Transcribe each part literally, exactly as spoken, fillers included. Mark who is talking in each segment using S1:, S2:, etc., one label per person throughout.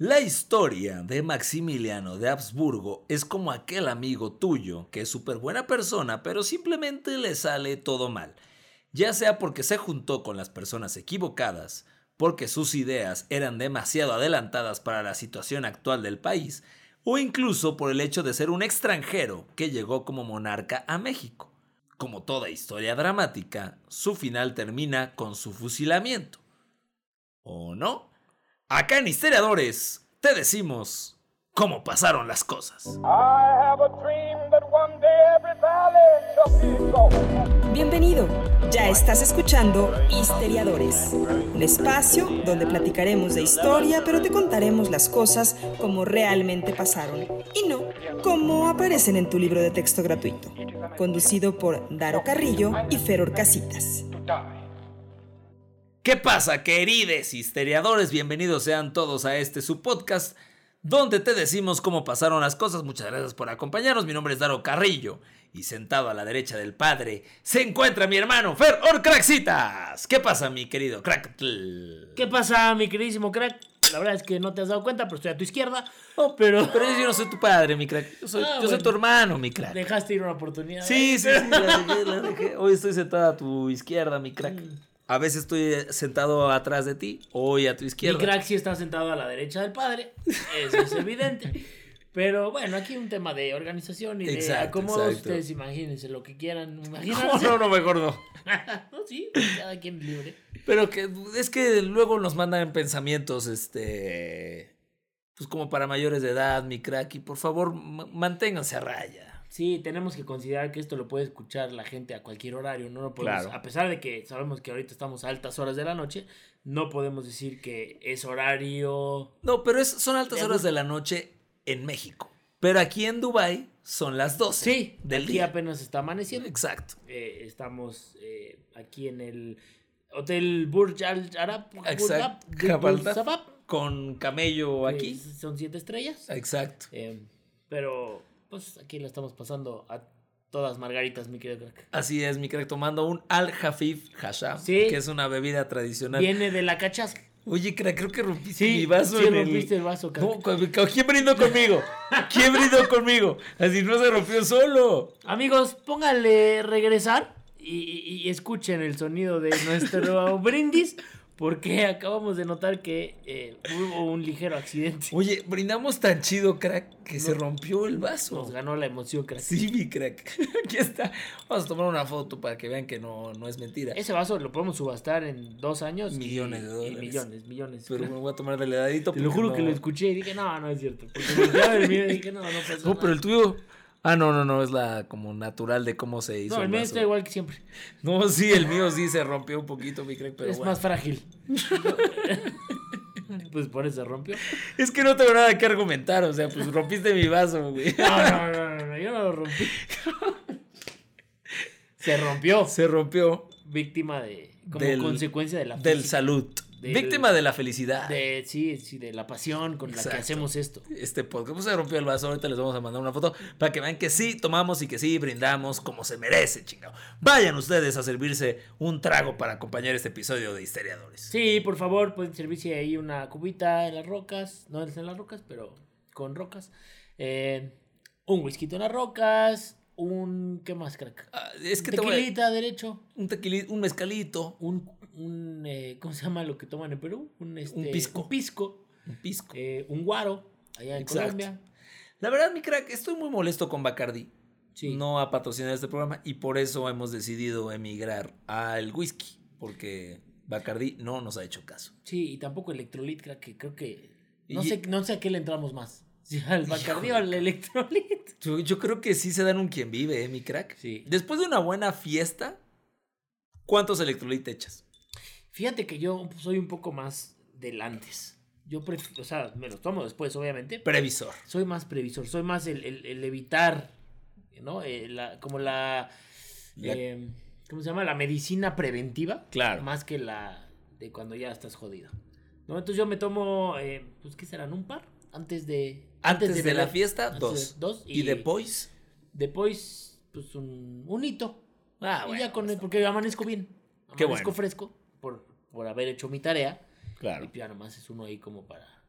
S1: La historia de Maximiliano de Habsburgo es como aquel amigo tuyo que es súper buena persona, pero simplemente le sale todo mal. Ya sea porque se juntó con las personas equivocadas, porque sus ideas eran demasiado adelantadas para la situación actual del país, o incluso por el hecho de ser un extranjero que llegó como monarca a México. Como toda historia dramática, su final termina con su fusilamiento. ¿O no? Acá en Historiadores te decimos cómo pasaron las cosas.
S2: Bienvenido, ya estás escuchando Historiadores, un espacio donde platicaremos de historia, pero te contaremos las cosas como realmente pasaron y no como aparecen en tu libro de texto gratuito. Conducido por Daro Carrillo y Feror Casitas.
S1: ¿Qué pasa, queridos historiadores? Bienvenidos sean todos a este su podcast, donde te decimos cómo pasaron las cosas. Muchas gracias por acompañarnos. Mi nombre es Daro Carrillo y sentado a la derecha del padre se encuentra mi hermano Feror Craxitas. ¿Qué pasa, mi querido crack?
S3: ¿Qué pasa, mi queridísimo crack? La verdad es que no te has dado cuenta, pero estoy a tu izquierda.
S1: Oh, pero, pero yo no soy tu padre, mi crack. Yo soy,
S3: Ah,
S1: yo
S3: bueno.
S1: soy tu hermano, mi crack.
S3: Dejaste ir una oportunidad.
S1: Sí, sí, sí, la dejé, la dejé. Hoy estoy sentado a tu izquierda, mi crack. A veces estoy sentado atrás de ti, hoy a tu izquierda.
S3: Mi crack sí está sentado a la derecha del padre. Eso es evidente. Pero bueno, aquí un tema de organización y
S1: Exacto,
S3: de acomodos.
S1: exacto.
S3: Ustedes imagínense lo que quieran.
S1: No,
S3: Imagínense.
S1: no, no, mejor no.
S3: No, sí, cada quien es libre.
S1: Pero que es que luego nos mandan pensamientos, este, pues como para mayores de edad, mi crack, y por favor m- manténganse a raya.
S3: Sí, tenemos que considerar que esto lo puede escuchar la gente a cualquier horario. No lo podemos,
S1: Claro.
S3: a pesar de que sabemos que ahorita estamos a altas horas de la noche, no podemos decir que es horario.
S1: No, pero es, son altas
S3: De
S1: horas
S3: gusto.
S1: de la noche en México. Pero aquí en Dubái son las doce
S3: Sí,
S1: del
S3: aquí
S1: día.
S3: apenas está amaneciendo.
S1: Exacto.
S3: Eh, estamos eh, aquí en el Hotel Burj Al Arab.
S1: Exacto.
S3: Burj
S1: Jabalta,
S3: Sabab,
S1: con camello
S3: que
S1: aquí.
S3: Son siete estrellas.
S1: Exacto.
S3: Eh, pero, pues aquí la estamos pasando a todas margaritas, mi querido crack.
S1: Así es, mi crack, tomando un Al-Hafif Hasham,
S3: Sí.
S1: que es una bebida tradicional.
S3: Viene de la cachaza.
S1: Oye, crack, creo que rompiste
S3: Sí,
S1: mi vaso
S3: sí
S1: en
S3: rompiste
S1: el...
S3: el vaso, crack.
S1: No, cu- cu- ¿quién brindó conmigo? ¿Quién brindó conmigo? Así no se rompió solo.
S3: Amigos, pónganle regresar y, y- y escuchen el sonido de nuestro brindis, porque acabamos de notar que eh, hubo un ligero accidente.
S1: Oye, brindamos tan chido, crack, que se
S3: No.
S1: rompió el vaso.
S3: Nos ganó la emoción, crack.
S1: Sí, mi crack. Aquí está. Vamos a tomar una foto para que vean que no, no es mentira.
S3: Ese vaso lo podemos subastar en dos años. y-
S1: Millones de
S3: y
S1: dólares.
S3: millones, millones.
S1: Pero
S3: crack.
S1: me voy a tomar del heladito.
S3: Te lo
S1: porque
S3: juro
S1: no-
S3: que lo escuché y dije, no, no es cierto. Porque volteaba el mío y dije, no, no pasa
S1: No,
S3: nada.
S1: pero el tuyo... Ah, no, no, no, es la como natural de cómo se hizo
S3: No, el mío
S1: vaso.
S3: está igual que siempre.
S1: No, sí, el mío sí se rompió un poquito, mi crack, pero
S3: es
S1: bueno.
S3: más frágil. Pues por eso se rompió.
S1: Es que no tengo nada que argumentar, o sea, pues rompiste mi vaso, güey.
S3: No, no, no, no, no, yo no lo rompí. Se rompió.
S1: Se rompió
S3: Víctima de. Como
S1: Del-
S3: consecuencia de la
S1: del
S3: física,
S1: salud.
S3: Del-
S1: Víctima de la felicidad.
S3: De, sí, sí, de la pasión con la
S1: Exacto.
S3: que hacemos esto.
S1: Este podcast pues, se rompió el vaso. Ahorita les vamos a mandar una foto para que vean que sí tomamos y que sí brindamos como se merece, chingado. Vayan ustedes a servirse un trago para acompañar este episodio de Historiadores.
S3: Sí, por favor, pueden servirse ahí una cubita en las rocas. No es en las rocas, pero con rocas. Eh, un whisky en las rocas. Un. ¿Qué más, crack?
S1: Ah, es que te voy a-
S3: Tequilita, derecho.
S1: un tequilito, un mezcalito,
S3: Un. un eh, ¿Cómo se llama lo que toman en Perú? Un, este,
S1: Un pisco.
S3: Un pisco.
S1: un pisco.
S3: eh, un guaro. Allá en
S1: Exacto.
S3: Colombia.
S1: La verdad, mi crack, estoy muy molesto con Bacardi.
S3: Sí.
S1: No a patrocinar este programa y por eso hemos decidido emigrar al whisky, porque Bacardi no nos ha hecho caso.
S3: Sí, y tampoco Electrolit, crack, que creo que. No,
S1: Y-
S3: sé, no sé a qué le entramos más. Si al Bacardí o
S1: Híjole,
S3: al Electrolit.
S1: Yo, yo creo que sí se dan un quien vive, ¿eh, mi crack?
S3: Sí.
S1: Después de una buena fiesta, ¿cuántos electrolit echas?
S3: Fíjate que yo soy un poco más del antes. Yo prefiero, o sea, me los tomo después, obviamente.
S1: Previsor.
S3: Soy más previsor, soy más el, el- el evitar, ¿no? Eh, la- como la,
S1: La-
S3: eh, ¿cómo se llama? La medicina preventiva.
S1: Claro.
S3: Más que la de cuando ya estás jodido. ¿No? Entonces yo me tomo, eh, pues, ¿qué serán? ¿Un par? Antes de...
S1: Antes, de, la
S3: beber.
S1: fiesta,
S3: Antes
S1: dos.
S3: de- dos.
S1: Y, después,
S3: Después, pues, un, un hito.
S1: ah,
S3: y
S1: bueno,
S3: ya con
S1: pues,
S3: el, porque amanezco bien.
S1: Qué
S3: Amanezco
S1: bueno.
S3: fresco por, por haber hecho mi tarea.
S1: claro.
S3: Y ya nomás es uno ahí como para...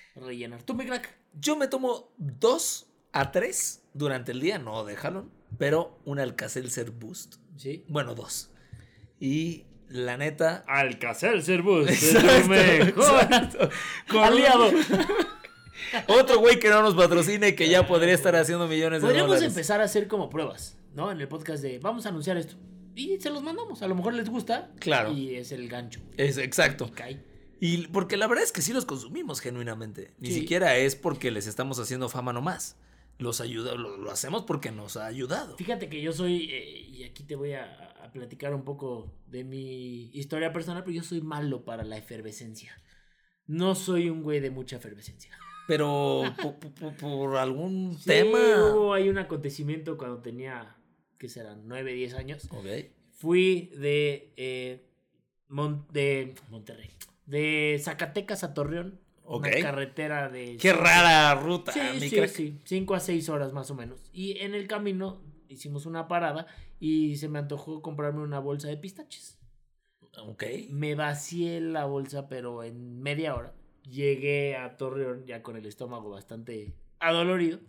S3: rellenar. ¿Tú, mi crack?
S1: Yo me tomo dos a tres durante el día, no déjalo, pero un Alka-Seltzer Boost.
S3: Sí.
S1: Bueno, dos. Y la neta...
S3: Alka-Seltzer Boost.
S1: Exacto,
S3: Mejor.
S1: exacto. Con
S3: Aliado.
S1: Otro güey que no nos patrocine que ya podría estar haciendo millones de
S3: Podríamos
S1: dólares.
S3: empezar a hacer como pruebas, ¿no? En el podcast de vamos a anunciar esto. Y se los mandamos. A lo mejor les gusta.
S1: Claro.
S3: Y es el gancho.
S1: Es exacto.
S3: Y cae.
S1: Y porque la verdad es que sí los consumimos genuinamente. Ni
S3: Sí.
S1: siquiera es porque les estamos haciendo fama nomás. Los ayuda, lo, lo hacemos porque nos ha ayudado.
S3: Fíjate que yo soy, eh, y aquí te voy a, a platicar un poco de mi historia personal, pero yo soy malo para la efervescencia. No soy un güey de mucha efervescencia.
S1: Pero por, por, por algún
S3: Sí,
S1: tema.
S3: hubo ahí un acontecimiento cuando tenía, ¿qué serán? nueve, diez años.
S1: Ok.
S3: Fui de, eh, Mon- de Monterrey, de Zacatecas a Torreón.
S1: Ok.
S3: Una carretera de...
S1: Qué rara ruta,
S3: Sí,
S1: mi
S3: sí,
S1: crack.
S3: sí, cinco a seis horas más o menos. Y en el camino hicimos una parada y se me antojó comprarme una bolsa de pistaches.
S1: Ok.
S3: Me vacié la bolsa, pero en media hora. Llegué a Torreón ya con el estómago bastante adolorido.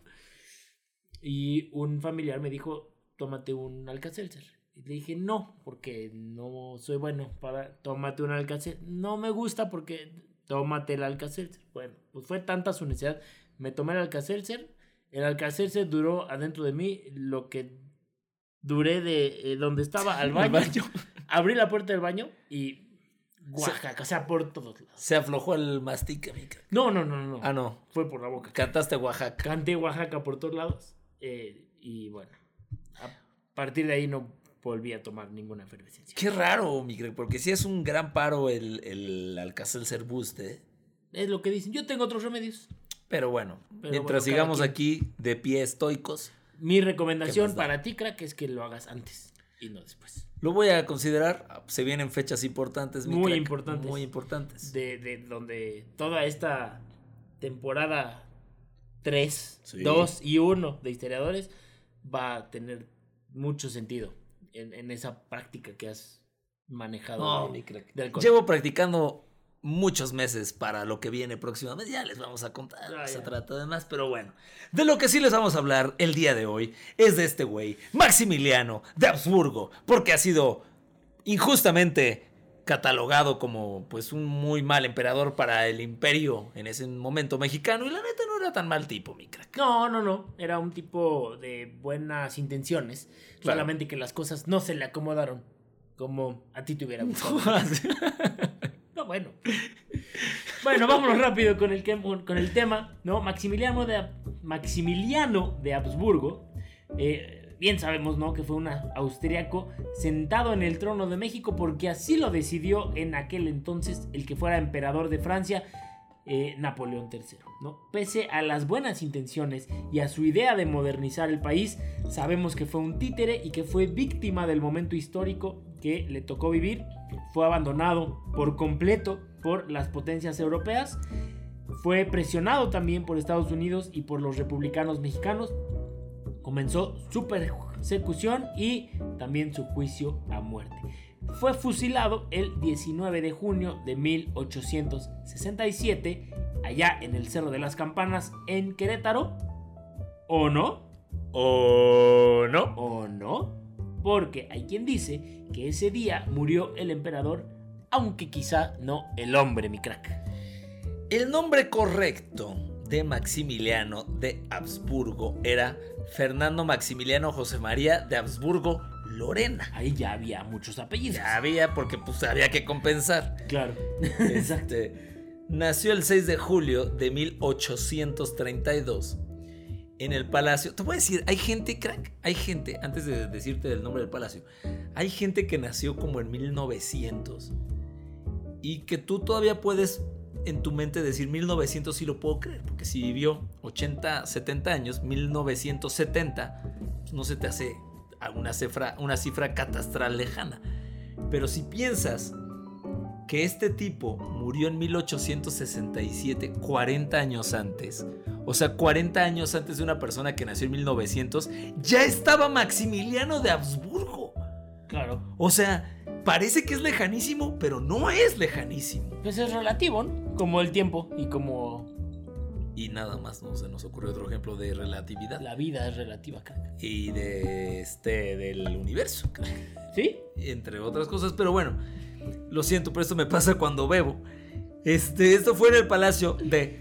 S3: Y un familiar me dijo, tómate un Alka-Seltzer. Y le dije, no, porque no soy bueno para... Tómate un Alka-Seltzer. No me gusta porque... Tómate el Alka-Seltzer. Bueno, pues fue tanta su necesidad. Me tomé el Alka-Seltzer. El Alka-Seltzer duró adentro de mí lo que duré de eh, donde estaba al baño.
S1: Al baño.
S3: Abrí la puerta del baño y... Oaxaca, o sea, por todos lados.
S1: Se aflojó el mastique, mi crack.
S3: No, no, no, no.
S1: Ah, no.
S3: Fue por la boca.
S1: Cantaste Oaxaca.
S3: Canté Oaxaca por todos lados. Eh, y bueno, a partir de ahí no volví a tomar ninguna efervescencia.
S1: Qué raro, mi crack, porque sí es un gran paro el, el Alka-Seltzer Boost, ¿eh?
S3: Es lo que dicen. Yo tengo otros remedios.
S1: Pero bueno,
S3: Pero
S1: mientras
S3: bueno, cada
S1: sigamos
S3: quien.
S1: aquí de pie estoicos,
S3: Mi recomendación
S1: ¿Qué más da?
S3: para ti, crack, es que lo hagas antes y no después.
S1: lo voy a considerar. Se vienen fechas importantes, mi
S3: Muy
S1: crack,
S3: importantes.
S1: Muy importantes.
S3: De, de donde toda esta temporada tres,
S1: Sí.
S3: dos y uno de historiadores va a tener mucho sentido en, en esa práctica que has manejado.
S1: No,
S3: de-
S1: mi crack.
S3: de alcohol.
S1: Llevo practicando muchos meses para lo que viene próximamente. Ya les vamos a contar.
S3: Ah,
S1: no se
S3: ya.
S1: trata de más, pero bueno. De lo que sí les vamos a hablar el día de hoy es de este güey, Maximiliano de Habsburgo, porque ha sido injustamente catalogado como pues un muy mal emperador para el imperio en ese momento mexicano, y la neta no era tan mal tipo, mi crack.
S3: No, no, no. Era un tipo de buenas intenciones.
S1: Claro.
S3: Solamente que las cosas no se le acomodaron como a ti te hubiera gustado. No, bueno. Bueno, vámonos rápido con el, que- con el tema, ¿no? Maximiliano de, Maximiliano de Habsburgo, eh, bien sabemos, ¿no? Que fue un austriaco sentado en el trono de México porque así lo decidió en aquel entonces el que fuera emperador de Francia, eh, Napoleón tercero, ¿no? Pese a las buenas intenciones y a su idea de modernizar el país, sabemos que fue un títere y que fue víctima del momento histórico que le tocó vivir. Fue abandonado por completo por las potencias europeas. Fue presionado también por Estados Unidos y por los republicanos mexicanos. Comenzó su persecución y también su juicio a muerte. Fue fusilado el diecinueve de junio de mil ochocientos sesenta y siete allá en el Cerro de las Campanas en Querétaro. ¿O no?
S1: ¿O no?
S3: ¿O no? Porque hay quien dice que ese día murió el emperador, aunque quizá no el hombre, mi crack.
S1: El nombre correcto de Maximiliano de Habsburgo era Fernando Maximiliano José María de Habsburgo Lorena.
S3: Ahí ya había muchos apellidos.
S1: Ya había, porque pues había que compensar.
S3: Claro. Exacto.
S1: Este, nació el seis de julio de mil ochocientos treinta y dos en el palacio. Te voy a decir, hay gente, crack, hay gente, antes de decirte el nombre del palacio, hay gente que nació como en mil novecientos y que tú todavía puedes en tu mente decir mil novecientos, sí lo puedo creer, porque si vivió ochenta, setenta años, mil novecientos setenta, pues no se te hace una cifra, una cifra catastral lejana. Pero si piensas que este tipo murió en mil ochocientos sesenta y siete, cuarenta años antes, o sea, cuarenta años antes de una persona que nació en mil novecientos, ya estaba Maximiliano de Habsburgo.
S3: Claro.
S1: O sea, parece que es lejanísimo, pero no es lejanísimo.
S3: Pues es relativo, ¿no? Como el tiempo y como
S1: Y nada más no se nos ocurrió otro ejemplo de relatividad.
S3: La vida es relativa, crack.
S1: Y de este, del universo, crack.
S3: ¿Sí?
S1: Entre otras cosas, pero bueno, lo siento, pero esto me pasa cuando bebo. Este, esto fue en el palacio de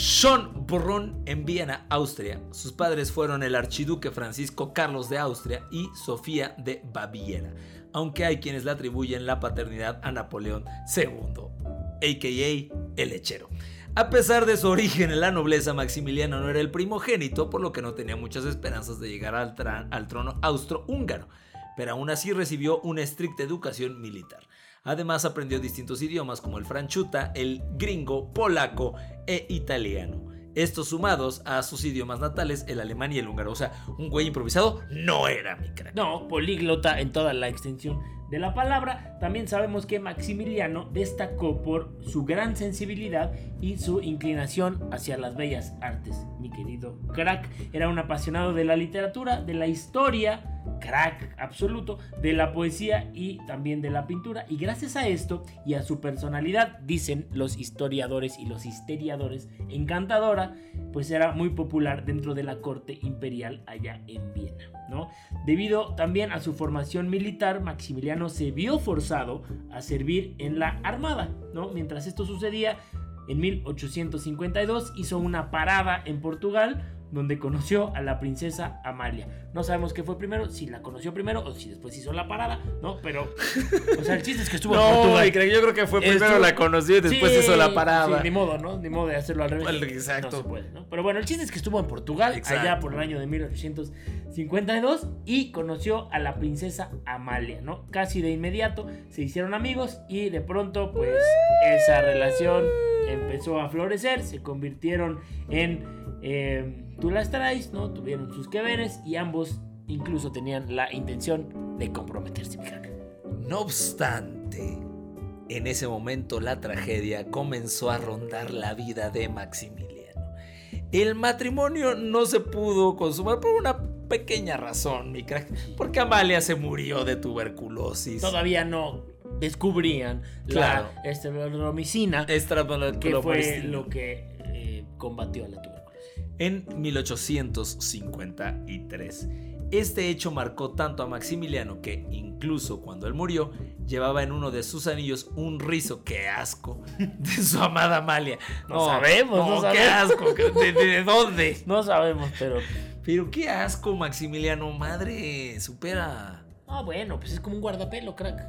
S1: Schönbrunn en Viena, Austria. Sus padres fueron el archiduque Francisco Carlos de Austria y Sofía de Baviera, aunque hay quienes le atribuyen la paternidad a Napoleón segundo, a k a el lechero. A pesar de su origen en la nobleza, Maximiliano no era el primogénito, por lo que no tenía muchas esperanzas de llegar al, tra- al trono austrohúngaro, pero aún así recibió una estricta educación militar. Además aprendió distintos idiomas como el franchuta, el gringo, polaco e italiano. Estos sumados a sus idiomas natales, el alemán y el húngaro. O sea, un güey improvisado no era mi crack.
S3: No, políglota en toda la extensión de la palabra. También sabemos que Maximiliano destacó por su gran sensibilidad y su inclinación hacia las bellas artes. Mi querido crack era un apasionado de la literatura, de la historia, crack absoluto, de la poesía y también de la pintura. Y gracias a esto y a su personalidad, dicen los historiadores y los historiadores, encantadora, pues era muy popular dentro de la corte imperial allá en Viena, ¿no? Debido también a su formación militar, Maximiliano se vio forzado a servir en la armada, ¿no? Mientras esto sucedía, en mil ochocientos cincuenta y dos hizo una parada en Portugal, donde conoció a la princesa Amalia. No sabemos qué fue primero, si la conoció primero o si después hizo la parada, ¿no? Pero, o sea, el chiste es que estuvo
S1: no,
S3: en Portugal.
S1: Yo creo que fue primero
S3: Estuvo...
S1: la conoció y después
S3: sí,
S1: hizo la parada.
S3: Sí, ni modo, ¿no? Ni modo de hacerlo al revés.
S1: Well, exacto.
S3: No se puede, ¿no? Pero bueno, el chiste es que estuvo en Portugal, exacto, allá por el año de mil ochocientos cincuenta y dos y conoció a la princesa Amalia, ¿no? Casi de inmediato se hicieron amigos y de pronto, pues, esa relación empezó a florecer, se convirtieron en... Eh, tú las traes, ¿no? Tuvieron sus que veres y ambos incluso tenían la intención de comprometerse, mi crack.
S1: No obstante, en ese momento la tragedia comenzó a rondar la vida de Maximiliano. El matrimonio no se pudo consumar por una pequeña razón, mi crack, porque Amalia se murió de tuberculosis.
S3: Todavía no descubrían
S1: claro.
S3: la estreptomicina, que fue lo que eh, combatió a la tuberculosis.
S1: En mil ochocientos cincuenta y tres. Este hecho marcó tanto a Maximiliano que, incluso cuando él murió, llevaba en uno de sus anillos un rizo, ¡qué asco!, de su amada Amalia.
S3: No, no sabemos, no,
S1: no
S3: sabemos.
S1: ¡Qué asco! ¿De, de, de dónde?
S3: No sabemos, pero...
S1: Pero qué asco, Maximiliano, madre, supera...
S3: Ah, bueno, pues es como un guardapelo, crack.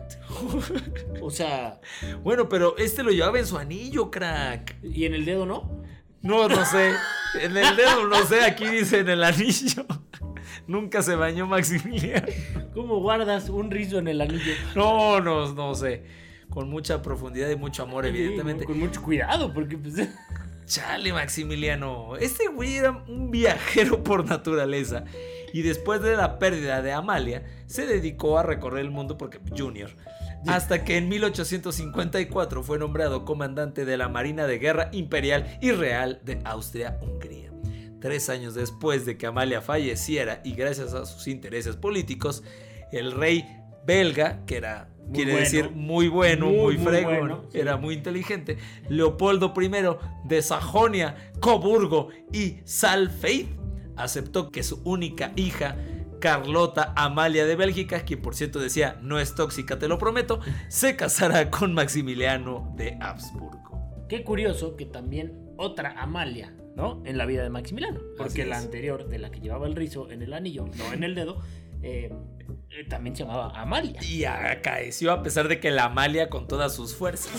S3: O sea...
S1: Bueno, pero este lo llevaba en su anillo, crack.
S3: ¿Y en el dedo no?
S1: No, no sé. En el dedo, no sé, aquí dice en el anillo. Nunca se bañó Maximiliano.
S3: ¿Cómo guardas un rizo en el anillo?
S1: No, no, no sé. Con mucha profundidad y mucho amor, sí, evidentemente.
S3: Con mucho cuidado, porque pues...
S1: Chale, Maximiliano. Este güey era un viajero por naturaleza. Y después de la pérdida de Amalia, se dedicó a recorrer el mundo porque Junior. Hasta que en mil ochocientos cincuenta y cuatro fue nombrado comandante de la Marina de Guerra Imperial y Real de Austria-Hungría. Tres años después de que Amalia falleciera y gracias a sus intereses políticos, el rey belga, que era, muy quiere bueno. decir muy bueno, muy, muy fregón, bueno, sí. Era muy inteligente, Leopoldo primero de Sajonia, Coburgo y Saalfeld, aceptó que su única hija, Carlota Amalia de Bélgica, quien por cierto decía no es tóxica, te lo prometo, se casará con Maximiliano de Habsburgo.
S3: Qué curioso que también otra Amalia, ¿no? En la vida de Maximiliano, porque la anterior, de la que llevaba el rizo en el anillo, no en el dedo, eh, eh, también se llamaba Amalia.
S1: Y acaeció a pesar de que la Amalia con todas sus fuerzas.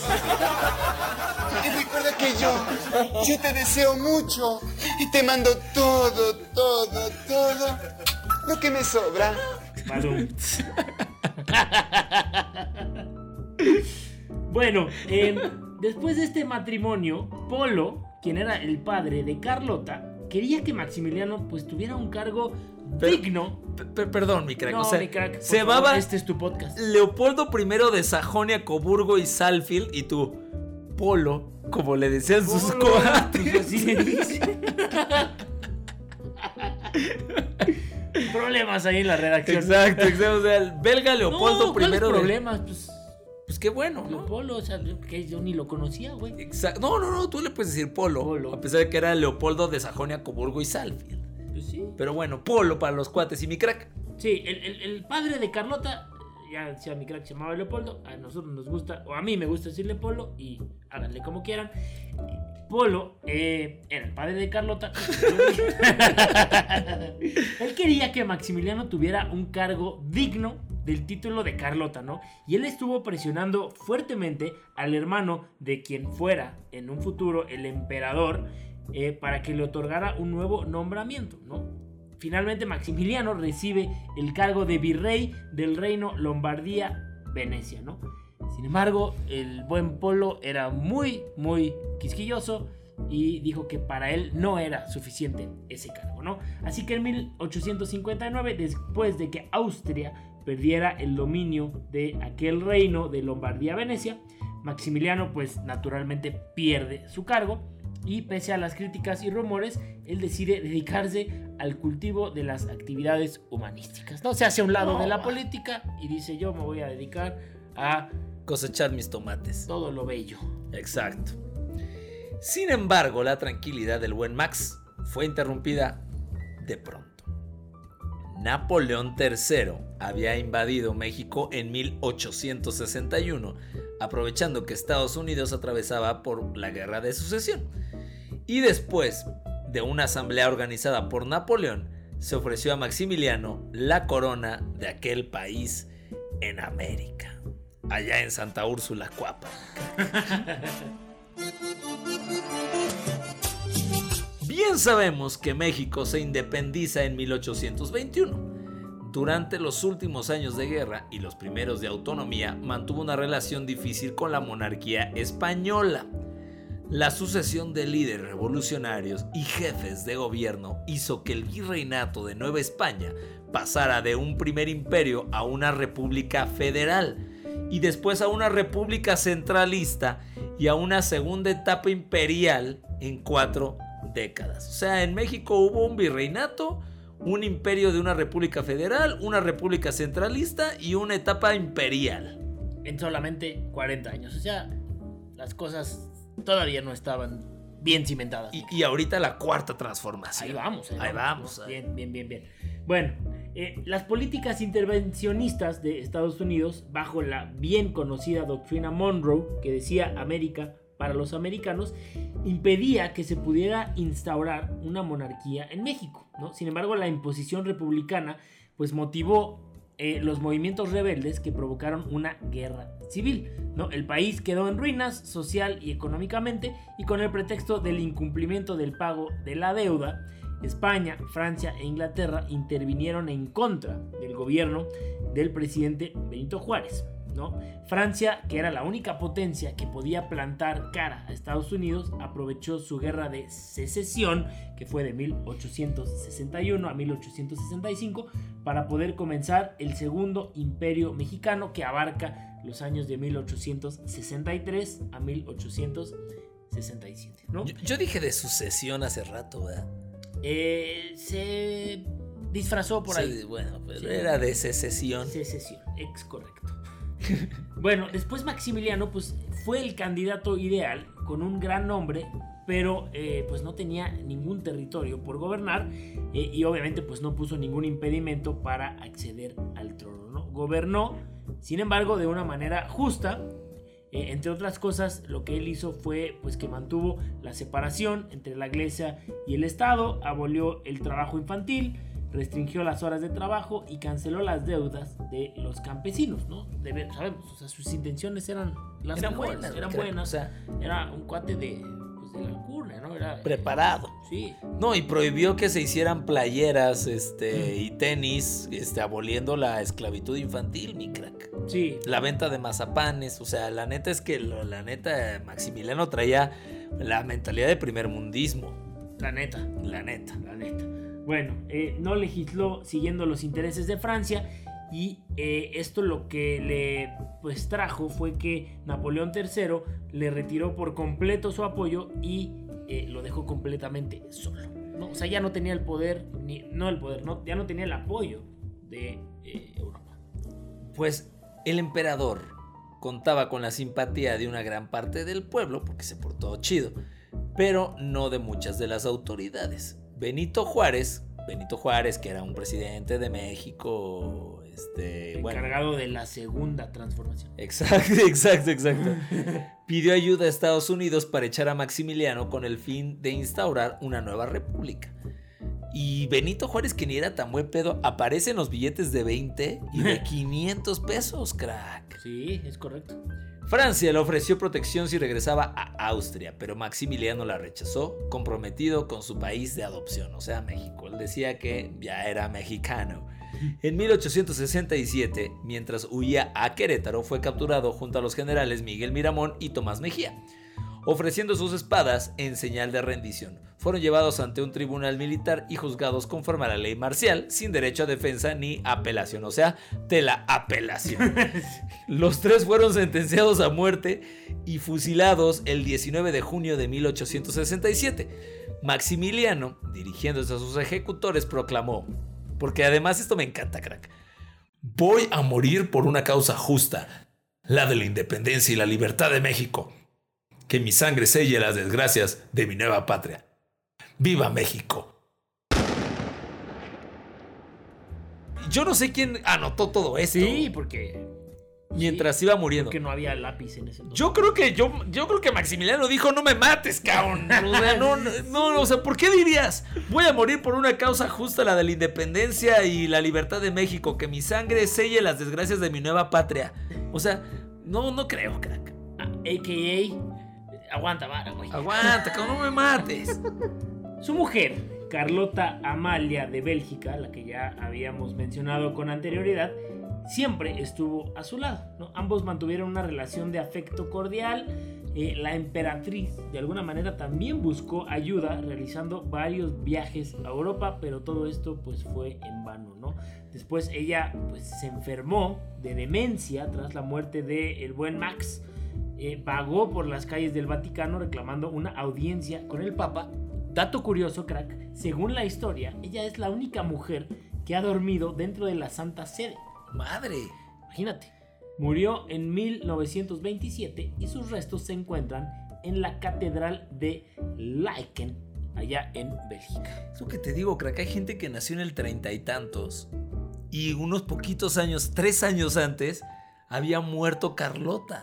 S4: Y recuerda que yo, yo te deseo mucho y te mando todo, todo, todo lo que me sobra.
S3: Bueno, eh, después de este matrimonio, Polo, quien era el padre de Carlota, quería que Maximiliano pues tuviera un cargo
S1: Pero,
S3: digno.
S1: p- perdón, mi crack.
S3: No,
S1: o sea,
S3: mi crack,
S1: se
S3: favor,
S1: llamaba
S3: este es tu podcast.
S1: Leopoldo primero de Sajonia, Coburgo y Saalfeld, y tú, Polo, como le decían Polo, sus coates.
S3: Pues así le dicen. Problemas ahí en la redacción.
S1: Exacto, exacto. O sea, el belga Leopoldo
S3: no,
S1: primero.
S3: ¿cuáles problemas? De... Pues, pues
S1: qué bueno, ¿no?
S3: Leopoldo, o sea, que yo ni lo conocía, güey.
S1: Exacto. No, no, no, tú le puedes decir Polo, Polo. A pesar de que era Leopoldo de Sajonia, Coburgo y Saalfeld.
S3: Pues sí.
S1: Pero bueno, Polo para los cuates y mi crack.
S3: Sí, el, el, el padre de Carlota, ya decía mi crack, se llamaba Leopoldo. A nosotros nos gusta, o a mí me gusta decirle Polo, y háganle como quieran. Polo eh, era el padre de Carlota. Él quería que Maximiliano tuviera un cargo digno del título de Carlota, ¿no? Y él estuvo presionando fuertemente al hermano de quien fuera en un futuro el emperador eh, para que le otorgara un nuevo nombramiento, ¿no? Finalmente Maximiliano recibe el cargo de virrey del reino Lombardía-Venecia, ¿no? Sin embargo, el buen Polo era muy, muy quisquilloso y dijo que para él no era suficiente ese cargo, ¿no? Así que en mil ochocientos cincuenta y nueve, después de que Austria perdiera el dominio de aquel reino de Lombardía-Venecia, Maximiliano pues naturalmente pierde su cargo y pese a las críticas y rumores, él decide dedicarse al cultivo de las actividades humanísticas, ¿no? Se hace a un lado no, de la política y dice: yo me voy a dedicar a
S1: cosechar mis tomates.
S3: Todo lo bello.
S1: Exacto. Sin embargo, la tranquilidad del buen Max fue interrumpida de pronto. Napoleón tercero había invadido México en mil ochocientos sesenta y uno, aprovechando que Estados Unidos atravesaba por la Guerra de Sucesión. Y después de una asamblea organizada por Napoleón, se ofreció a Maximiliano la corona de aquel país en América, allá en Santa Úrsula, Cuapa. Bien sabemos que México se independiza en mil ochocientos veintiuno. Durante los últimos años de guerra y los primeros de autonomía, mantuvo una relación difícil con la monarquía española. La sucesión de líderes revolucionarios y jefes de gobierno hizo que el virreinato de Nueva España pasara de un primer imperio a una república federal y después a una república centralista y a una segunda etapa imperial en cuatro décadas. O sea, en México hubo un virreinato, un imperio de una república federal, una república centralista y una etapa imperial.
S3: En solamente cuarenta años. O sea, las cosas todavía no estaban bien cimentadas.
S1: Y, y ahorita la cuarta transformación.
S3: Ahí vamos. Ahí,
S1: ahí
S3: vamos.
S1: vamos.
S3: Bien, bien, bien, bien. Bueno, eh, las políticas intervencionistas de Estados Unidos, bajo la bien conocida doctrina Monroe, que decía América para los americanos, impedía que se pudiera instaurar una monarquía en México, ¿no? Sin embargo, la imposición republicana pues motivó eh, los movimientos rebeldes que provocaron una guerra civil, ¿no? El país quedó en ruinas social y económicamente, y con el pretexto del incumplimiento del pago de la deuda, España, Francia e Inglaterra intervinieron en contra del gobierno del presidente Benito Juárez, ¿no? Francia, que era la única potencia que podía plantar cara a Estados Unidos, aprovechó su guerra de secesión, que fue de mil ochocientos sesenta y uno a mil ochocientos sesenta y cinco, para poder comenzar el segundo imperio mexicano, que abarca los años de mil ochocientos sesenta y tres a mil ochocientos sesenta y siete, ¿no?
S1: Yo, yo dije de sucesión hace rato, ¿verdad?
S3: Eh, se disfrazó por ahí.
S1: Sí, bueno, pero
S3: sí,
S1: era de secesión.
S3: Secesión, ex correcto. Bueno, después Maximiliano pues fue el candidato ideal, con un gran nombre, pero eh, pues no tenía ningún territorio por gobernar, eh, y obviamente pues no puso ningún impedimento para acceder al trono, ¿no? Gobernó, sin embargo, de una manera justa. Eh, entre otras cosas, lo que él hizo fue pues que mantuvo la separación entre la iglesia y el Estado, abolió el trabajo infantil, restringió las horas de trabajo y canceló las deudas de los campesinos, ¿no? Debe, sabemos, o sea, sus intenciones eran las
S1: eran
S3: mejores,
S1: buenas,
S3: eran
S1: creo,
S3: buenas,
S1: o sea,
S3: era un cuate de, pues, de la alcurnia, ¿no? Era
S1: preparado.
S3: Eh, sí.
S1: No, y prohibió que se hicieran playeras, este, y tenis, este, aboliendo la esclavitud infantil, mi crack.
S3: Sí.
S1: La venta de mazapanes, o sea, la neta es que lo, la neta Maximiliano traía la mentalidad de primer mundismo.
S3: La neta,
S1: la neta,
S3: la neta. Bueno, eh, no legisló siguiendo los intereses de Francia, y eh, esto lo que le pues trajo fue que Napoleón tercero le retiró por completo su apoyo y eh, lo dejó completamente solo, ¿no? O sea, ya no tenía el poder, ni, no el poder, no, ya no tenía el apoyo de eh, Europa.
S1: Pues el emperador contaba con la simpatía de una gran parte del pueblo porque se portó chido, pero no de muchas de las autoridades. Benito Juárez, Benito Juárez, que era un presidente de México, este,
S3: encargado
S1: bueno,
S3: de la segunda transformación.
S1: Exacto, exacto, exacto. Pidió ayuda a Estados Unidos para echar a Maximiliano con el fin de instaurar una nueva república. Y Benito Juárez, que ni era tan buen pedo, aparece en los billetes de veinte y de quinientos pesos, crack.
S3: Sí, es correcto.
S1: Francia le ofreció protección si regresaba a Austria, pero Maximiliano la rechazó, comprometido con su país de adopción, o sea, México. Él decía que ya era mexicano. En mil ochocientos sesenta y siete, mientras huía a Querétaro, fue capturado junto a los generales Miguel Miramón y Tomás Mejía, ofreciendo sus espadas en señal de rendición. Fueron llevados ante un tribunal militar y juzgados conforme a la ley marcial, sin derecho a defensa ni apelación, o sea, de la apelación. Los tres fueron sentenciados a muerte y fusilados el diecinueve de junio de mil ochocientos sesenta y siete. Maximiliano, dirigiéndose a sus ejecutores, proclamó, porque además esto me encanta, crack: voy a morir por una causa justa, la de la independencia y la libertad de México. Que mi sangre selle las desgracias de mi nueva patria. ¡Viva México! Yo no sé quién anotó todo esto.
S3: Sí, porque...
S1: Mientras
S3: sí,
S1: iba muriendo.
S3: Porque no había lápiz en ese entonces.
S1: Yo creo que yo, yo creo que Maximiliano dijo: no me mates, cabrón. O sea, no, no, no, o sea, ¿por qué dirías? Voy a morir por una causa justa, la de la independencia y la libertad de México. Que mi sangre selle las desgracias de mi nueva patria. O sea, no, no creo, crack.
S3: A K A aguanta, vara, güey.
S1: Aguanta, cabrón, no me mates.
S3: Su mujer, Carlota Amalia de Bélgica, la que ya habíamos mencionado con anterioridad, siempre estuvo a su lado, ¿no? Ambos mantuvieron una relación de afecto cordial. Eh, la emperatriz, de alguna manera, también buscó ayuda realizando varios viajes a Europa, pero todo esto pues fue en vano, ¿no? Después ella pues se enfermó de demencia tras la muerte del buen Max. Eh, vagó por las calles del Vaticano reclamando una audiencia con el Papa. Dato curioso, crack, según la historia, ella es la única mujer que ha dormido dentro de la Santa Sede.
S1: Madre.
S3: Imagínate. Murió en mil novecientos veintisiete y sus restos se encuentran en la Catedral de Laeken, allá en Bélgica.
S1: Es lo que te digo, crack, hay gente que nació en el treinta y tantos y unos poquitos años, tres años antes, había muerto Carlota.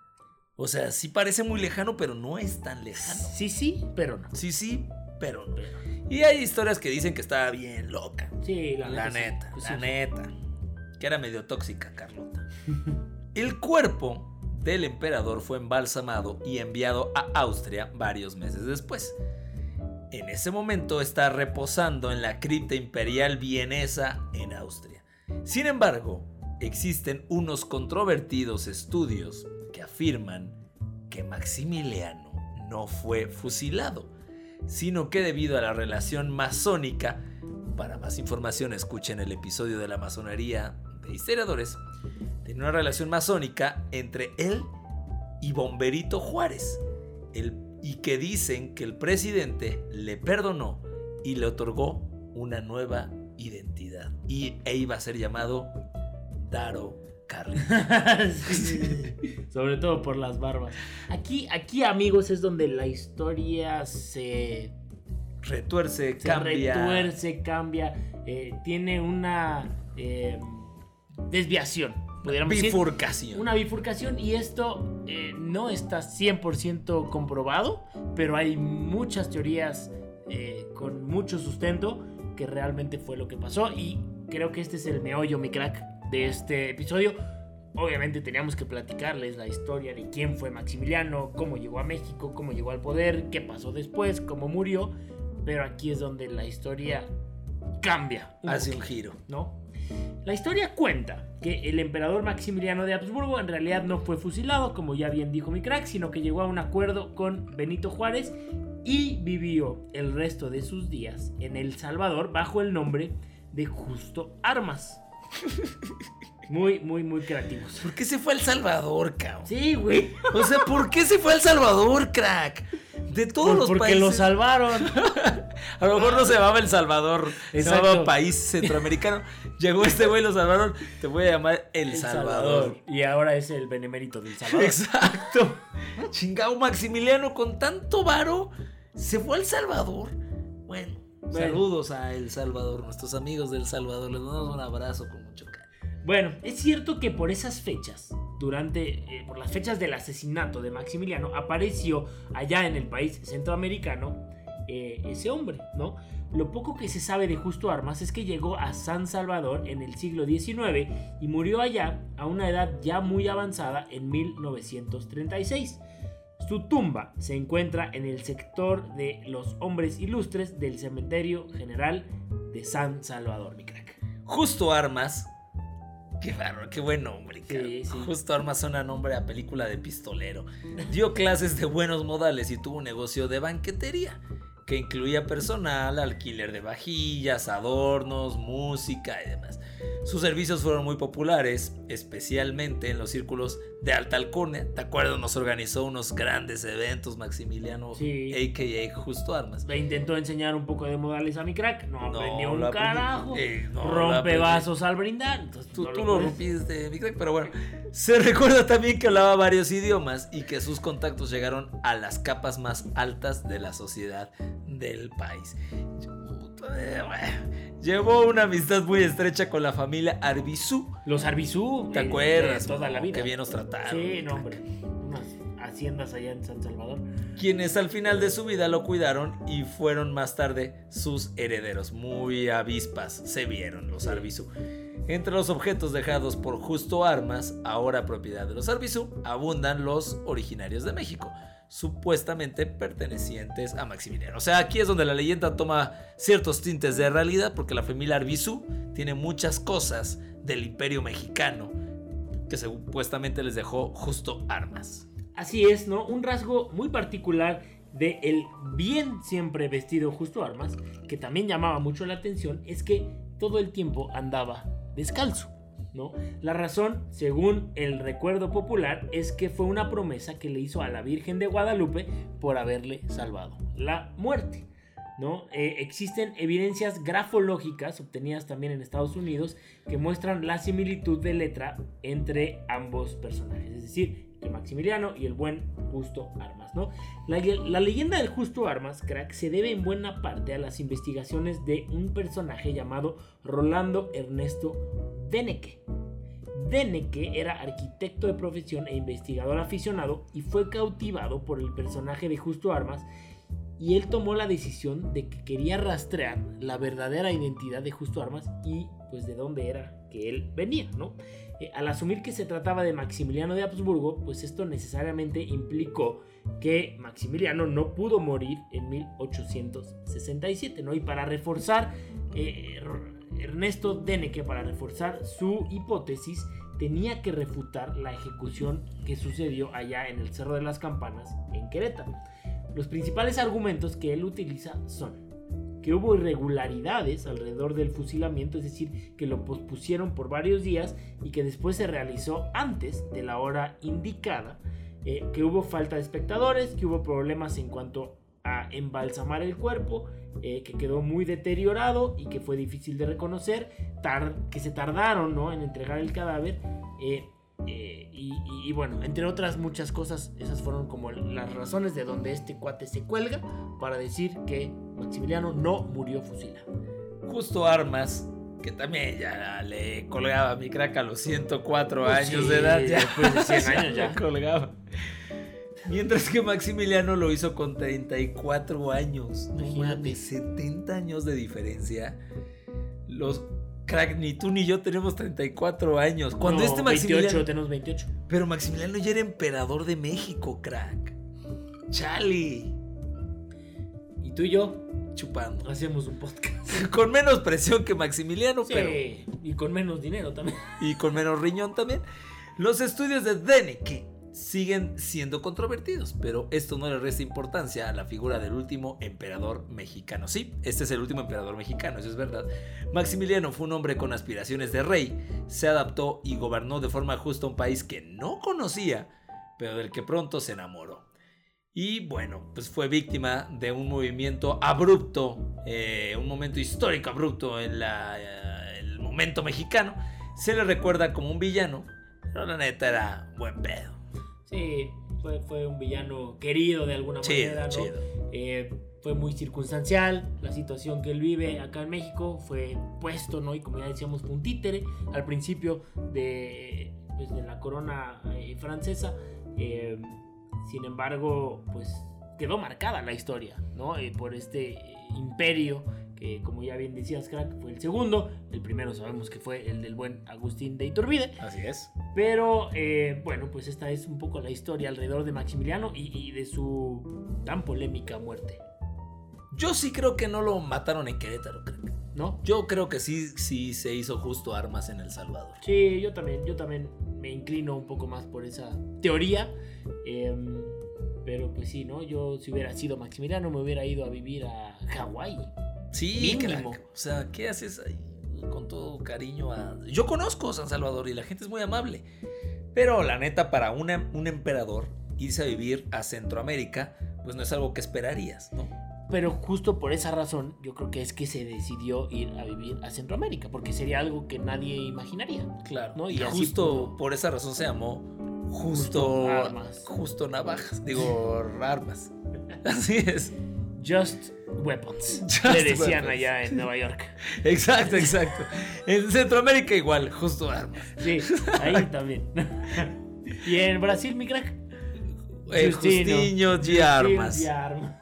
S1: O sea, sí parece muy lejano, pero no es tan lejano.
S3: Sí, sí, pero no.
S1: Sí, sí, pero no. Y hay historias que dicen que estaba bien loca.
S3: Sí, la,
S1: la
S3: neta.
S1: neta,
S3: Sí.
S1: la
S3: Sí.
S1: neta. Que era medio tóxica, Carlota. El cuerpo del emperador fue embalsamado y enviado a Austria varios meses después. En ese momento está reposando en la cripta imperial vienesa en Austria. Sin embargo, existen unos controvertidos estudios que afirman que Maximiliano no fue fusilado, sino que debido a la relación masónica, para más información escuchen el episodio de la masonería de Historiadores, tenía una relación masónica entre él y Bomberito Juárez, el, y que dicen que el presidente le perdonó y le otorgó una nueva identidad, y e iba a ser llamado Daro Carlin.
S3: Sí, sí, sí. Sobre todo por las barbas. Aquí, aquí, amigos, es donde la historia se
S1: retuerce,
S3: se
S1: cambia.
S3: retuerce, cambia, eh, tiene una eh, desviación, podríamos decir.
S1: Bifurcación.
S3: Una bifurcación, y esto eh, no está cien por ciento comprobado, pero hay muchas teorías eh, con mucho sustento que realmente fue lo que pasó, y creo que este es el meollo, mi crack, de este episodio. Obviamente teníamos que platicarles la historia de quién fue Maximiliano, cómo llegó a México, cómo llegó al poder, qué pasó después, cómo murió, pero aquí es donde la historia cambia. Un
S1: Hace
S3: poquito,
S1: un giro,
S3: ¿no? La historia cuenta que el emperador Maximiliano de Habsburgo en realidad no fue fusilado, como ya bien dijo mi crack, sino que llegó a un acuerdo con Benito Juárez y vivió el resto de sus días en El Salvador bajo el nombre de Justo Armas. Muy, muy, muy creativos.
S1: ¿Por qué se fue a El Salvador, cabrón?
S3: Sí, güey.
S1: O sea, ¿por qué se fue a El Salvador, crack? De todos
S3: Por,
S1: los
S3: porque
S1: países.
S3: lo salvaron.
S1: A lo mejor no se llamaba El Salvador,
S3: Exacto.
S1: se llamaba País Centroamericano. Llegó este güey, Los Salvador, te voy a llamar El,
S3: El
S1: Salvador.
S3: Salvador. Y ahora es el benemérito del Salvador.
S1: Exacto. Chingado, Maximiliano con tanto varo se fue al Salvador. Bueno, bueno, saludos a El Salvador, nuestros amigos del Salvador. Les damos un abrazo con mucho cariño.
S3: Bueno, es cierto que por esas fechas, durante, eh, por las fechas del asesinato de Maximiliano, apareció allá en el país centroamericano eh, ese hombre, ¿no? Lo poco que se sabe de Justo Armas es que llegó a San Salvador en el siglo diecinueve y murió allá a una edad ya muy avanzada en mil novecientos treinta y seis. Su tumba se encuentra en el sector de los hombres ilustres del Cementerio General de San Salvador, mi crack.
S1: Justo Armas. Qué bárbaro, qué buen nombre,
S3: sí, sí.
S1: Justo Armas suena nombre a película de pistolero. Dio clases de buenos modales y tuvo un negocio de banquetería que incluía personal, alquiler de vajillas, adornos, música y demás. Sus servicios fueron muy populares, especialmente en los círculos de alta alcurnia. ¿Te acuerdas? Nos organizó unos grandes eventos, Maximiliano,
S3: sí.
S1: a k a. Justo Armas.
S3: Le intentó enseñar un poco de modales a mi crack, no aprendió
S1: no,
S3: un
S1: aprendí,
S3: carajo,
S1: eh, no,
S3: rompe vasos al brindar. Entonces
S1: tú
S3: no
S1: tú
S3: lo,
S1: lo
S3: puedes...
S1: rompiste, mi crack, pero bueno. Se recuerda también que hablaba varios idiomas y que sus contactos llegaron a las capas más altas de la sociedad del país. Llevó una amistad muy estrecha con la familia Arbizu.
S3: Los Arbizu,
S1: ¿te
S3: eh,
S1: acuerdas?
S3: De toda la vida.
S1: Que bien nos trataron.
S3: Sí, no, hombre. Unas haciendas allá en San Salvador.
S1: Quienes al final de su vida lo cuidaron y fueron más tarde sus herederos. Muy avispas se vieron los Arbizu. Entre los objetos dejados por Justo Armas, ahora propiedad de los Arbizu, abundan los originarios de México, supuestamente pertenecientes a Maximiliano. O sea, aquí es donde la leyenda toma ciertos tintes de realidad, porque la familia Arbizu tiene muchas cosas del Imperio Mexicano que supuestamente les dejó Justo Armas.
S3: Así es, ¿no? Un rasgo muy particular de el bien siempre vestido Justo Armas, que también llamaba mucho la atención, es que todo el tiempo andaba descalzo, ¿no? La razón, según el recuerdo popular, es que fue una promesa que le hizo a la Virgen de Guadalupe por haberle salvado la muerte, ¿no? Eh, existen evidencias grafológicas obtenidas también en Estados Unidos que muestran la similitud de letra entre ambos personajes, es decir, entre Maximiliano y el buen Justo Armas, ¿no? La, la leyenda del Justo Armas, crack, se debe en buena parte a las investigaciones de un personaje llamado Rolando Ernesto Deneke. Deneke era arquitecto de profesión e investigador aficionado y fue cautivado por el personaje de Justo Armas, y él tomó la decisión de que quería rastrear la verdadera identidad de Justo Armas y pues de dónde era que él venía, ¿no? Eh, al asumir que se trataba de Maximiliano de Habsburgo, pues esto necesariamente implicó que Maximiliano no pudo morir en mil ochocientos sesenta y siete, ¿no? Y para reforzar, eh, Ernesto Deneke, para reforzar su hipótesis, tenía que refutar la ejecución que sucedió allá en el Cerro de las Campanas, en Querétaro. Los principales argumentos que él utiliza son que hubo irregularidades alrededor del fusilamiento, es decir, que lo pospusieron por varios días y que después se realizó antes de la hora indicada, eh, que hubo falta de espectadores, que hubo problemas en cuanto a embalsamar el cuerpo, eh, que quedó muy deteriorado y que fue difícil de reconocer, tar- que se tardaron, ¿no?, en entregar el cadáver, eh, Eh, y, y, y bueno, entre otras muchas cosas, esas fueron como las razones de donde este cuate se cuelga para decir que Maximiliano no murió fusilado.
S1: Justo Armas, que también ya le colgaba a mi crack a los ciento cuatro
S3: Pues
S1: años
S3: sí,
S1: de edad, ya
S3: después de cien años ya
S1: le colgaba. Mientras que Maximiliano lo hizo con treinta y cuatro años. No
S3: Imagínate.
S1: mames, setenta años de diferencia. Los crack, ni tú ni yo tenemos treinta y cuatro años. Cuando
S3: No,
S1: este Maximiliano.
S3: veintiocho, tenemos veintiocho.
S1: Pero Maximiliano ya era emperador de México, crack. Chale.
S3: Y tú y yo
S1: Chupando.
S3: hacemos un podcast.
S1: Con menos presión que Maximiliano,
S3: Sí,
S1: pero.
S3: y con menos dinero también.
S1: Y con menos riñón también. Los estudios de Deneke siguen siendo controvertidos, pero esto no le resta importancia a la figura del último emperador mexicano. Sí, este es el último emperador mexicano, eso es verdad. Maximiliano fue un hombre con aspiraciones de rey, se adaptó y gobernó de forma justa un país que no conocía, pero del que pronto se enamoró. Y bueno, pues fue víctima de un movimiento abrupto, eh, un momento histórico abrupto en la, eh, el momento mexicano. Se le recuerda como un villano, pero la neta era buen pedo.
S3: Sí, fue, fue un villano querido de alguna
S1: Chido,
S3: manera, ¿no?
S1: chido.
S3: Eh, fue muy circunstancial la situación que él vive acá en México. Fue puesto, ¿no? Y como ya decíamos, fue un títere al principio de, pues, de la corona eh, francesa. Eh, sin embargo, pues quedó marcada la historia, ¿no? Eh, por este eh, imperio que, como ya bien decías, crack, fue el segundo. El primero sabemos que fue el del buen Agustín de Iturbide.
S1: Así es.
S3: Pero, eh, bueno, pues esta es un poco la historia alrededor de Maximiliano y, y de su tan polémica muerte.
S1: Yo sí creo que no lo mataron en Querétaro, creo.
S3: ¿No?
S1: Yo creo que sí, sí se hizo justo armas en El Salvador.
S3: Sí, yo también, yo también me inclino un poco más por esa teoría. Eh, pero pues sí, ¿no? Yo si hubiera sido Maximiliano me hubiera ido a vivir a Hawái.
S1: Sí,
S3: Mínimo.
S1: crack. O sea, ¿qué haces ahí? Con todo cariño a... Yo conozco San Salvador y la gente es muy amable. Pero la neta, para una, un emperador irse a vivir a Centroamérica, pues no es algo que esperarías, ¿no?
S3: Pero justo por esa razón yo creo que es que se decidió ir a vivir a Centroamérica, porque sería algo que nadie imaginaría.
S1: Claro.
S3: ¿No?
S1: Y,
S3: Y así
S1: justo
S3: pudo-
S1: por esa razón se llamó Justo...
S3: Justo Armas.
S1: Justo Navajas. Digo, armas. Así es.
S3: Just Weapons,
S1: Just
S3: le decían
S1: Weapons.
S3: allá en Nueva York.
S1: Exacto, exacto. En Centroamérica igual, Justo Armas.
S3: Sí, ahí también. Y en Brasil, mi crack,
S1: Eh,
S3: Justino.
S1: Justinho de
S3: Justinho
S1: Armas.
S3: de Armas.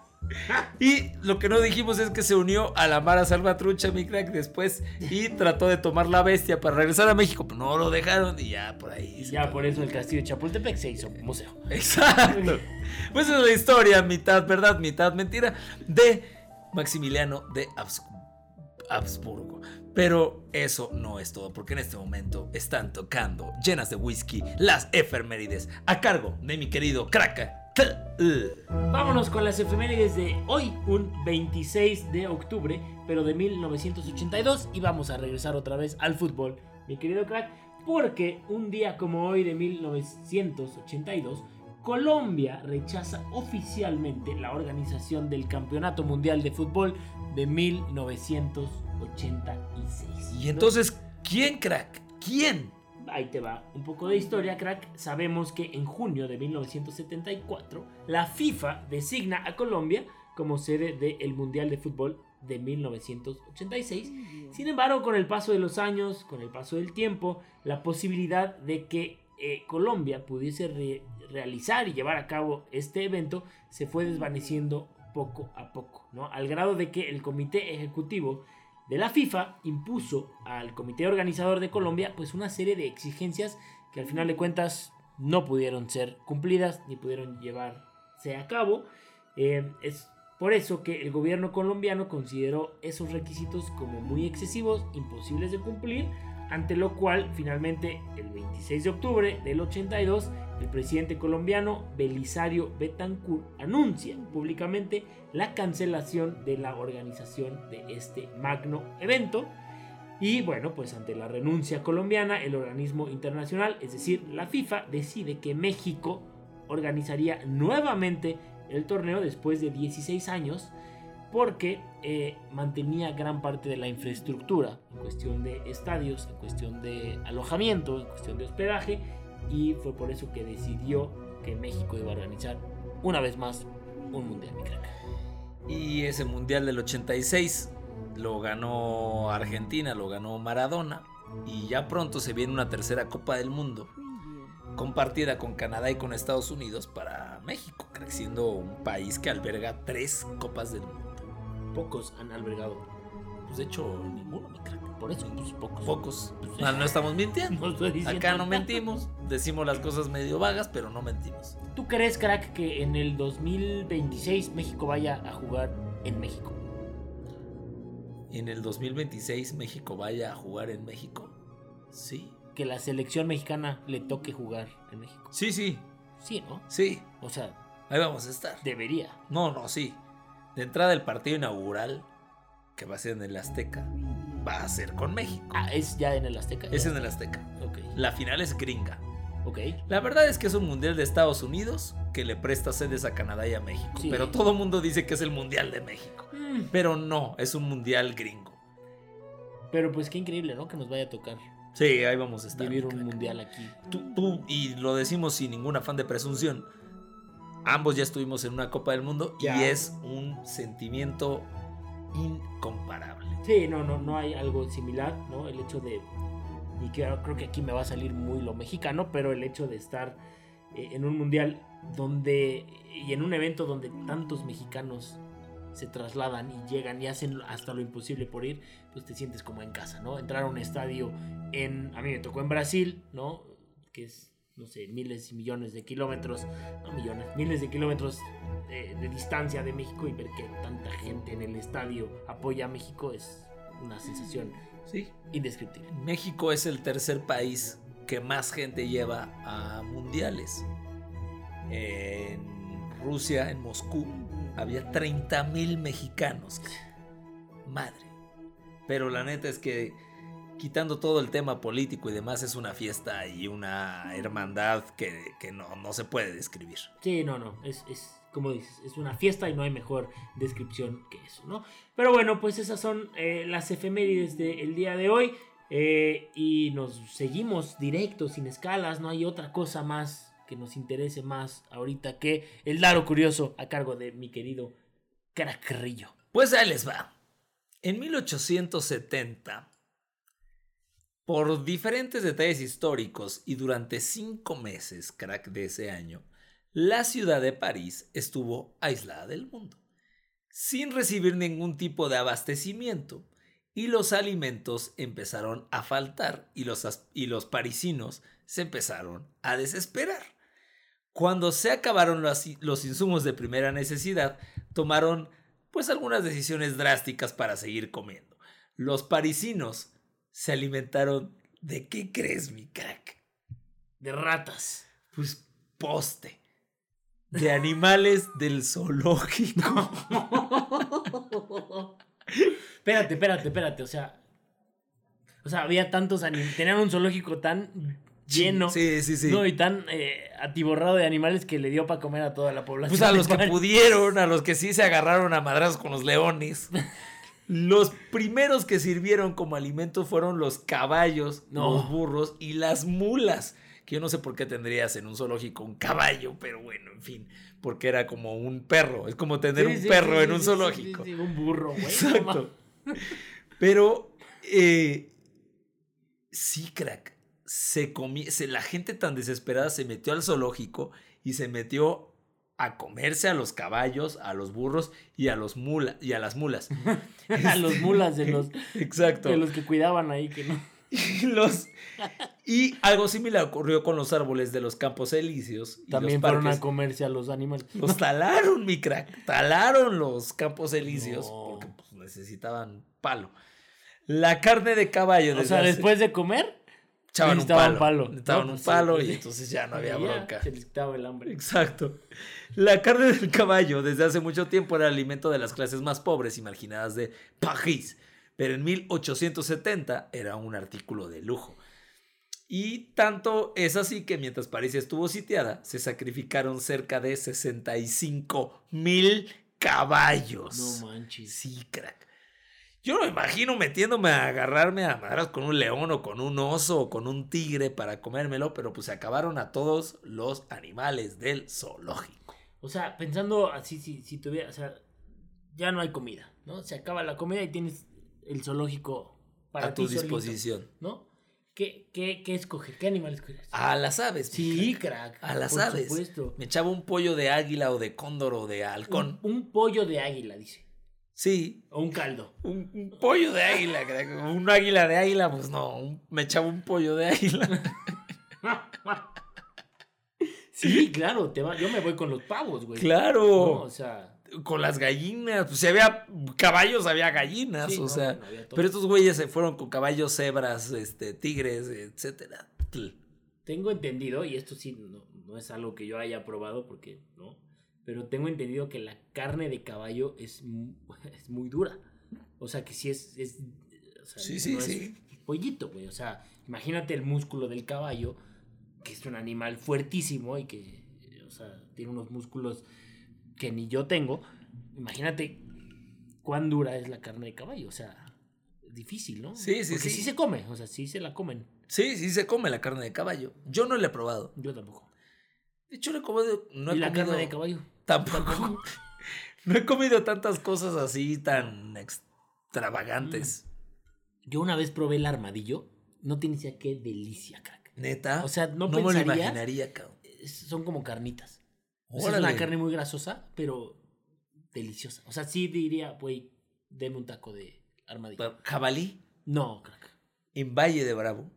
S1: Y lo que no dijimos es que se unió a la Mara Salvatrucha, mi crack, después y trató de tomar la bestia para regresar a México, pero no lo dejaron y ya por ahí.
S3: Y
S1: se
S3: ya
S1: acabó.
S3: por eso el castillo de Chapultepec se hizo museo.
S1: Exacto. Pues es la historia, mitad verdad, mitad mentira, de Maximiliano de Habs- Habsburgo. Pero eso no es todo, porque en este momento están tocando, llenas de whisky, las efemérides a cargo de mi querido Kraka.
S3: Vámonos con las efemérides de hoy, un veintiséis de octubre, pero de mil novecientos ochenta y dos, y vamos a regresar otra vez al fútbol, mi querido crack, porque un día como hoy de mil novecientos ochenta y dos, Colombia rechaza oficialmente la organización del Campeonato Mundial de Fútbol de mil novecientos ochenta y seis.
S1: Y entonces, ¿quién, crack? ¿Quién?
S3: Ahí te va un poco de historia, crack. Sabemos que en junio de mil novecientos setenta y cuatro la FIFA designa a Colombia como sede del Mundial de Fútbol de mil novecientos ochenta y seis. Sin embargo, con el paso de los años, con el paso del tiempo, la posibilidad de que eh, Colombia pudiese re- realizar y llevar a cabo este evento se fue desvaneciendo poco a poco, ¿no? Al grado de que el comité ejecutivo de la FIFA impuso al comité organizador de Colombia pues una serie de exigencias que al final de cuentas no pudieron ser cumplidas ni pudieron llevarse a cabo. Eh, es por eso que el gobierno colombiano consideró esos requisitos como muy excesivos, imposibles de cumplir, ante lo cual finalmente el veintiséis de octubre del ochenta y dos el presidente colombiano Belisario Betancourt anuncia públicamente la cancelación de la organización de este magno evento. Y bueno, pues ante la renuncia colombiana, el organismo internacional, es decir, la FIFA, decide que México organizaría nuevamente el torneo después de dieciséis años, porque eh, mantenía gran parte de la infraestructura en cuestión de estadios, en cuestión de alojamiento, en cuestión de hospedaje, y fue por eso que decidió que México iba a organizar una vez más un mundial, mi crack.
S1: Y ese mundial del ochenta y seis lo ganó Argentina, lo ganó Maradona, y ya pronto se viene una tercera Copa del Mundo compartida con Canadá y con Estados Unidos para México, siendo un país que alberga tres Copas del Mundo.
S3: Pocos han albergado.
S1: Pues de hecho, ninguno, mi crack.
S3: Por eso, pues pocos.
S1: Pocos. No, no estamos mintiendo.
S3: No estoy diciendo
S1: Acá no
S3: nada.
S1: mentimos. Decimos las cosas medio vagas, pero no mentimos.
S3: ¿Tú crees, crack, que en el dos mil veintiséis México vaya a jugar en México?
S1: ¿En el dos mil veintiséis México vaya a jugar en México? Sí.
S3: Que la selección mexicana le toque jugar en México.
S1: Sí, sí.
S3: Sí, ¿no?
S1: Sí.
S3: O sea,
S1: Ahí vamos a estar.
S3: debería.
S1: No, no, sí. De entrada el partido inaugural, que va a ser en el Azteca, va a ser con México.
S3: Ah, es ya en el Azteca.
S1: Es en el Azteca.
S3: Ok.
S1: La final es gringa.
S3: Ok.
S1: La verdad es que es un mundial de Estados Unidos que le presta sedes a Canadá y a México.
S3: Sí.
S1: Pero todo el mundo dice que es el mundial de México.
S3: Mm.
S1: Pero no, es un mundial gringo.
S3: Pero pues qué increíble, ¿no? Que nos vaya a tocar
S1: Sí, ahí vamos a estar.
S3: vivir un
S1: crack.
S3: mundial aquí.
S1: Tú, tú, y lo decimos sin ningún afán de presunción, ambos ya estuvimos en una Copa del Mundo
S3: Ya.
S1: y es un sentimiento incomparable.
S3: Sí, no, no, no hay algo similar, ¿no? El hecho de, y que creo que aquí me va a salir muy lo mexicano, pero el hecho de estar eh, en un mundial donde, y en un evento donde tantos mexicanos se trasladan y llegan y hacen hasta lo imposible por ir, pues te sientes como en casa, ¿no? Entrar a un estadio en, a mí me tocó en Brasil, ¿no? Que es, no sé, miles y millones de kilómetros, no millones, miles de kilómetros de, de distancia de México, y ver que tanta gente en el estadio apoya a México es una sensación
S1: Sí.
S3: indescriptible.
S1: México es el tercer país que más gente lleva a mundiales. En Rusia, en Moscú, había treinta mil mexicanos. Madre. Pero la neta es que, quitando todo el tema político y demás, es una fiesta y una hermandad que, que no, no se puede describir.
S3: Sí, no, no, es, es como dices, es una fiesta y no hay mejor descripción que eso, ¿no? Pero bueno, pues esas son eh, las efemérides del día de hoy, eh, y nos seguimos directos, sin escalas, no hay otra cosa más que nos interese más ahorita que el dato curioso a cargo de mi querido Cracarrillo.
S1: Pues ahí les va. En mil ochocientos setenta, por diferentes detalles históricos y durante cinco meses, crack, de ese año, la ciudad de París estuvo aislada del mundo, sin recibir ningún tipo de abastecimiento, y los alimentos empezaron a faltar y los, as- y los parisinos se empezaron a desesperar. Cuando se acabaron los, los insumos de primera necesidad, tomaron pues algunas decisiones drásticas para seguir comiendo. Los parisinos se alimentaron ¿de qué crees, mi crack?
S3: De ratas.
S1: Pues poste. De animales del zoológico.
S3: Espérate, espérate, espérate, o sea... O sea, había tantos animales, tenían un zoológico tan lleno,
S1: Sí, sí, sí.
S3: ¿no? Y tan eh, atiborrado de animales que le dio para comer a toda la población.
S1: Pues a los que
S3: París.
S1: pudieron, a los que sí se agarraron a madrazos con los leones. Los primeros que sirvieron como alimento fueron los caballos,
S3: No.
S1: los burros y las mulas. Que yo no sé por qué tendrías en un zoológico un caballo, pero bueno, en fin, porque era como un perro. Es como tener
S3: Sí,
S1: un
S3: sí,
S1: perro
S3: sí,
S1: en
S3: sí,
S1: un
S3: sí,
S1: zoológico.
S3: sí, sí, un burro, güey.
S1: Exacto. Pero eh, sí, crack. Se comí, se, la gente tan desesperada se metió al zoológico y se metió a comerse a los caballos, a los burros y a los mula, y a las mulas.
S3: A los mulas de los,
S1: Exacto.
S3: de los que cuidaban ahí, que no.
S1: Y, los, y algo similar ocurrió con los árboles de los campos elíseos. Y
S3: También
S1: los
S3: fueron
S1: parques.
S3: a comerse a los animales.
S1: Los talaron, mi crack. Talaron los campos elíseos
S3: No.
S1: porque pues, necesitaban palo. La carne de caballo.
S3: O
S1: desde
S3: sea,
S1: hace-
S3: después de comer,
S1: echaban un
S3: necesitaban
S1: palo.
S3: palo.
S1: Necesitaban
S3: No,
S1: un
S3: pues,
S1: palo
S3: sí,
S1: y
S3: sí.
S1: entonces ya no había
S3: ya
S1: bronca.
S3: se les quitaba el hambre.
S1: Exacto. La carne del caballo desde hace mucho tiempo era el alimento de las clases más pobres y marginadas de París, pero en mil ochocientos setenta era un artículo de lujo. Y tanto es así que mientras París estuvo sitiada, se sacrificaron cerca de sesenta y cinco mil caballos.
S3: No manches.
S1: Sí, crack. Yo no me imagino metiéndome a agarrarme a madras con un león o con un oso o con un tigre para comérmelo, pero pues se acabaron a todos los animales del zoológico.
S3: O sea, pensando así, si, si tuviera, o sea, ya no hay comida, ¿no? Se acaba la comida y tienes el zoológico para
S1: A tu
S3: ti solito,
S1: disposición.
S3: ¿no? ¿Qué, qué, qué escoger? ¿Qué animal escoger?
S1: A las aves. mi
S3: Sí,
S1: crack.
S3: crack.
S1: A las
S3: por
S1: aves.
S3: supuesto.
S1: Me echaba un pollo de águila o de cóndor o de halcón.
S3: Un, un pollo de águila, dice.
S1: Sí.
S3: O un caldo.
S1: Un, un pollo de águila, crack. Un águila de águila, pues no. un- me echaba un pollo de águila.
S3: Sí, claro, te va, yo me voy con los pavos, güey.
S1: Claro.
S3: No, o sea,
S1: Con las gallinas. Pues si había caballos, había gallinas.
S3: Sí,
S1: o
S3: no,
S1: sea.
S3: bueno, había todo.
S1: Pero estos güeyes se fueron con caballos, cebras, este, tigres, etcétera.
S3: tengo entendido, y esto sí no, no es algo que yo haya probado porque no, pero tengo entendido que la carne de caballo es, mu- es muy dura. O sea, que sí es... es o sea,
S1: Sí, sí,
S3: no
S1: sí.
S3: es pollito, güey. O sea, imagínate el músculo del caballo que es un animal fuertísimo y que, o sea, tiene unos músculos que ni yo tengo, imagínate cuán dura es la carne de caballo, o sea, difícil, ¿no?
S1: Sí, sí,
S3: Porque
S1: sí.
S3: sí se come, o sea, sí se la comen.
S1: Sí, sí se come la carne de caballo. Yo no la he probado.
S3: Yo tampoco.
S1: De hecho, no he comido... No he
S3: ¿Y la
S1: comido-
S3: carne de caballo?
S1: Tampoco. No he comido tantas cosas así tan extravagantes.
S3: Yo una vez probé el armadillo, no tienes idea qué delicia, crack.
S1: Neta.
S3: O sea, no
S1: me lo
S3: pensarías-
S1: imaginaría, cabrón.
S3: Es- Son como carnitas. O sea, es
S1: Órale.
S3: una carne muy grasosa, pero deliciosa. O sea, sí diría, güey, deme un taco de armadillo.
S1: Pero, jabalí
S3: No, crack.
S1: en Valle de Bravo.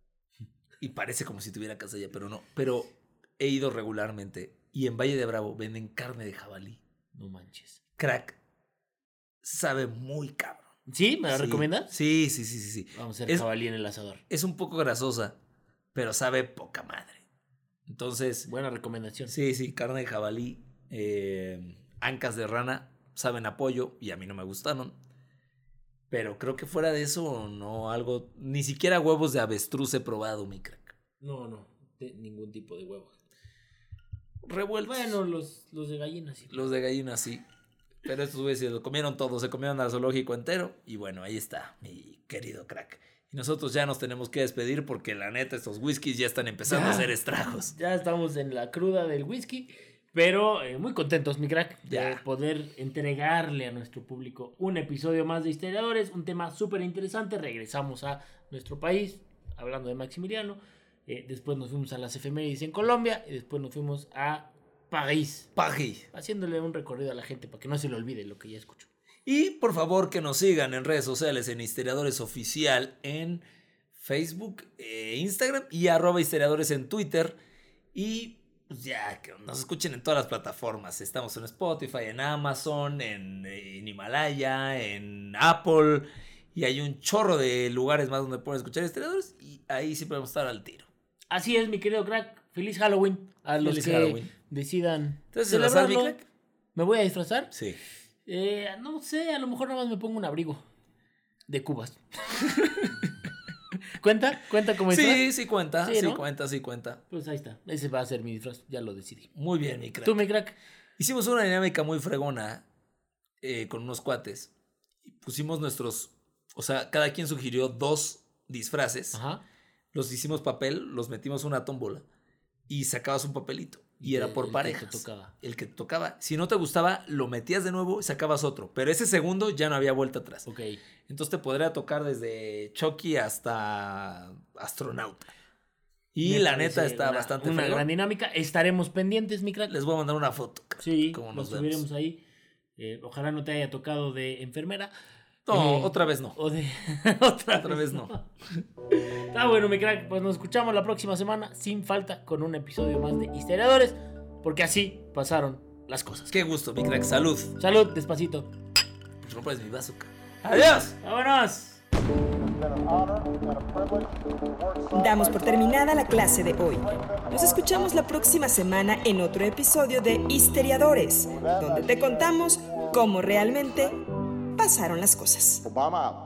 S1: Y parece como si tuviera casa allá, pero no. Pero he ido regularmente. Y en Valle de Bravo venden carne de jabalí.
S3: No manches.
S1: Crack. Sabe muy cabrón.
S3: ¿Sí? ¿Me la
S1: Sí.
S3: recomiendas?
S1: Sí, sí, sí, sí, sí.
S3: Vamos a hacer
S1: Es-
S3: jabalí en el asador.
S1: Es un poco grasosa, pero sabe poca madre. Entonces,
S3: Buena recomendación.
S1: sí, sí, carne de jabalí, eh, ancas de rana, saben a pollo y a mí no me gustaron. Pero creo que fuera de eso, no algo, ni siquiera huevos de avestruz he probado, mi crack.
S3: No, no, de ningún tipo de huevo.
S1: Revueltos.
S3: Bueno, los, los de gallina sí.
S1: Los de gallina sí. Pero estos güeyes se lo comieron todo, se comieron al zoológico entero. Y bueno, ahí está, mi querido crack. Y nosotros ya nos tenemos que despedir porque la neta estos whiskies ya están empezando
S3: Ya.
S1: a hacer estragos.
S3: Ya estamos en la cruda del whisky, pero eh, muy contentos, mi crack, de
S1: Ya.
S3: poder entregarle a nuestro público un episodio más de Historiadores, un tema súper interesante. Regresamos a nuestro país, hablando de Maximiliano. Eh, después nos fuimos a las efemérides en Colombia y después nos fuimos a París,
S1: Paji.
S3: haciéndole un recorrido a la gente para que no se le olvide lo que ya escuchó.
S1: Y por favor que nos sigan en redes sociales en Historiadores Oficial en Facebook, eh, Instagram y arroba historiadores en Twitter. Y pues ya, que nos escuchen en todas las plataformas. Estamos en Spotify, en Amazon, en, en Himalaya, en Apple. Y hay un chorro de lugares más donde pueden escuchar Historiadores. Y ahí siempre vamos a estar al tiro.
S3: Así es, mi querido crack. Feliz Halloween a los
S1: Feliz
S3: que
S1: Halloween.
S3: decidan
S1: Entonces, ¿se la sabe, mi
S3: celebrarlo.
S1: crack?
S3: ¿Me voy a disfrazar?
S1: Sí.
S3: Eh, no sé, a lo mejor nada más me pongo un abrigo de cubas. ¿Cuenta? ¿Cuenta como disfraz?
S1: Sí, sí cuenta,
S3: Sí,
S1: sí,
S3: ¿no?
S1: cuenta, sí cuenta.
S3: Pues ahí está. Ese va a ser mi disfraz. Ya lo decidí.
S1: Muy bien, mi crack.
S3: ¿Tú, mi crack?
S1: Hicimos una dinámica muy fregona eh, con unos cuates. Y pusimos nuestros... O sea, cada quien sugirió dos disfraces.
S3: Ajá.
S1: Los hicimos papel, los metimos en una tómbola y sacabas un papelito. Y era
S3: El-
S1: por
S3: el que
S1: parejas.
S3: te tocaba.
S1: El que te tocaba. Si no te gustaba, lo metías de nuevo y sacabas otro. Pero ese segundo ya no había vuelta atrás.
S3: Ok.
S1: Entonces te podría tocar desde Chucky hasta astronauta. Y
S3: Me
S1: la
S3: parece
S1: neta está
S3: una-
S1: bastante
S3: Una
S1: fregón.
S3: gran dinámica. Estaremos pendientes, mi crack.
S1: Les voy a mandar una foto.
S3: Sí,
S1: como
S3: lo
S1: nos vemos.
S3: subiremos ahí. Eh, ojalá no te haya tocado de enfermera.
S1: No,
S3: Eh,
S1: otra vez no.
S3: O de... otra,
S1: Otra vez no.
S3: Está bueno, mi crack. Pues nos escuchamos la próxima semana, sin falta, con un episodio más de Historiadores. Porque así pasaron las cosas.
S1: Qué gusto, mi crack. Salud.
S3: Salud, despacito.
S1: Pues rompes mi vaso. ca- ¡Adiós!
S3: ¡Vámonos!
S2: Damos por terminada la clase de hoy. Nos escuchamos la próxima semana en otro episodio de Historiadores, donde te contamos cómo realmente pasaron las cosas.
S5: Obama out.